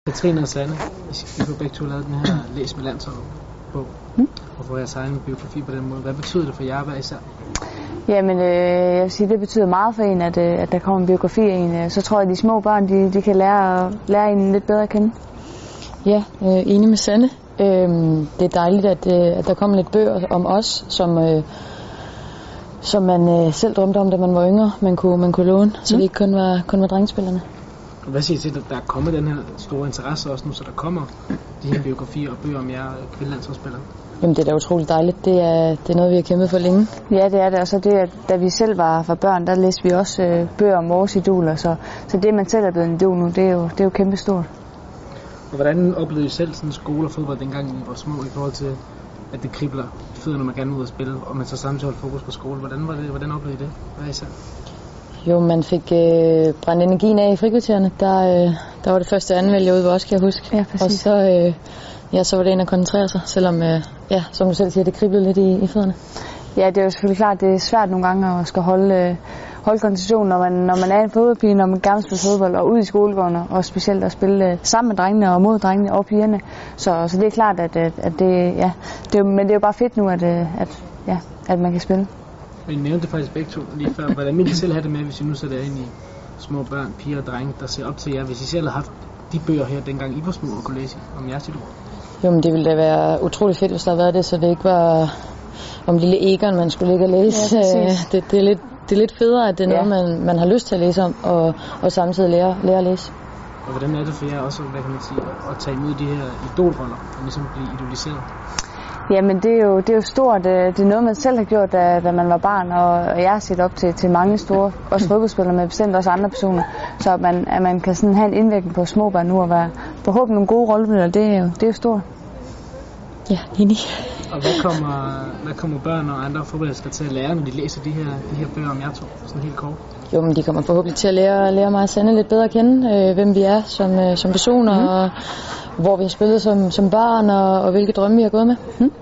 Katrine og Sanne, I har begge to lavet den her Læs med landsholdet bog, og hvor jeg tegner en biografi på den måde. Hvad betyder det for jer hver især? Jamen, jeg vil sige, det betyder meget for en, at der kommer en biografi af en. Så tror jeg, at de små børn, de kan lære en lidt bedre at kende. Ja, enig med Sanne. Det er dejligt, at der kommer lidt bøger om os, som man selv drømte om, da man var yngre, man kunne låne, så det ikke kun var drengespillerne. Hvad siger I til, at der er kommet den her store interesse også nu, så der kommer de her biografier og bøger om jer kvindelandsholdsspillere? Jamen, det er da utroligt dejligt. Det er noget, vi har kæmpet for længe. Ja, det er det. Og så det, at da vi selv var børn, der læste vi også bøger om vores idoler. Så det, man selv er blevet en idol nu, det er jo kæmpestort. Og hvordan oplevede I selv sådan skole og fodbold dengang I var små, i forhold til, at det kribler i fødderne, når man gerne vil ud og spille, og man så samtidig holdt fokus på skole? Hvordan oplevede I det? Hvad er I selv? Jo, man fik brændt energien af i frikvartererne. Der var det første anmeldt ude ved os, kan jeg huske. Ja, præcis. Og så var det en at koncentrere sig, selvom, som du selv siger, det kriblede lidt i fødderne. Ja, det er jo selvfølgelig klart, det er svært nogle gange at skal holde koncentrationen, når man er en fodboldpige, når man gerne spiller fodbold og ud i skolegården, og specielt at spille sammen med drengene og mod drengene og pigerne. Så det er klart, at det, ja, men det er jo bare fedt nu, at man kan spille. Men I nævnte det faktisk begge to lige før. Hvordan vil I selv have det med, hvis I nu sætter ind i små børn, piger og drenge, der ser op til jer, hvis I selv havde haft de bøger her, dengang I var små, og kunne læse om jeres idol? Jo, men det ville da være utroligt fedt, hvis der havde været det, så det ikke var om lille Egon, man skulle ligge og læse. Ja, det er lidt federe, at det er noget, man har lyst til at læse om, og samtidig lære at læse. Og hvordan er det for jer også, hvad kan man sige, at tage imod de her idolroller, og ligesom blive idoliseret? Jamen det er jo stort. Det er noget, man selv har gjort, da man var barn, og jeg har set op til mange store, også fodboldspillere, men bestemt også andre personer. Så at man kan sådan have en indvirkning på små børn nu, og være forhåbentlig nogle gode rollemodeller, det er jo stort. Ja, enig. Og hvad kommer børn og andre fodboldelskere til at lære, når de læser de her bøger om jer to, sådan helt kort? Jo, men de kommer forhåbentlig til at lære mig og Sanne lidt bedre at kende, hvem vi er som personer, og hvor vi har spillet som børn, og hvilke drømme vi har gået med.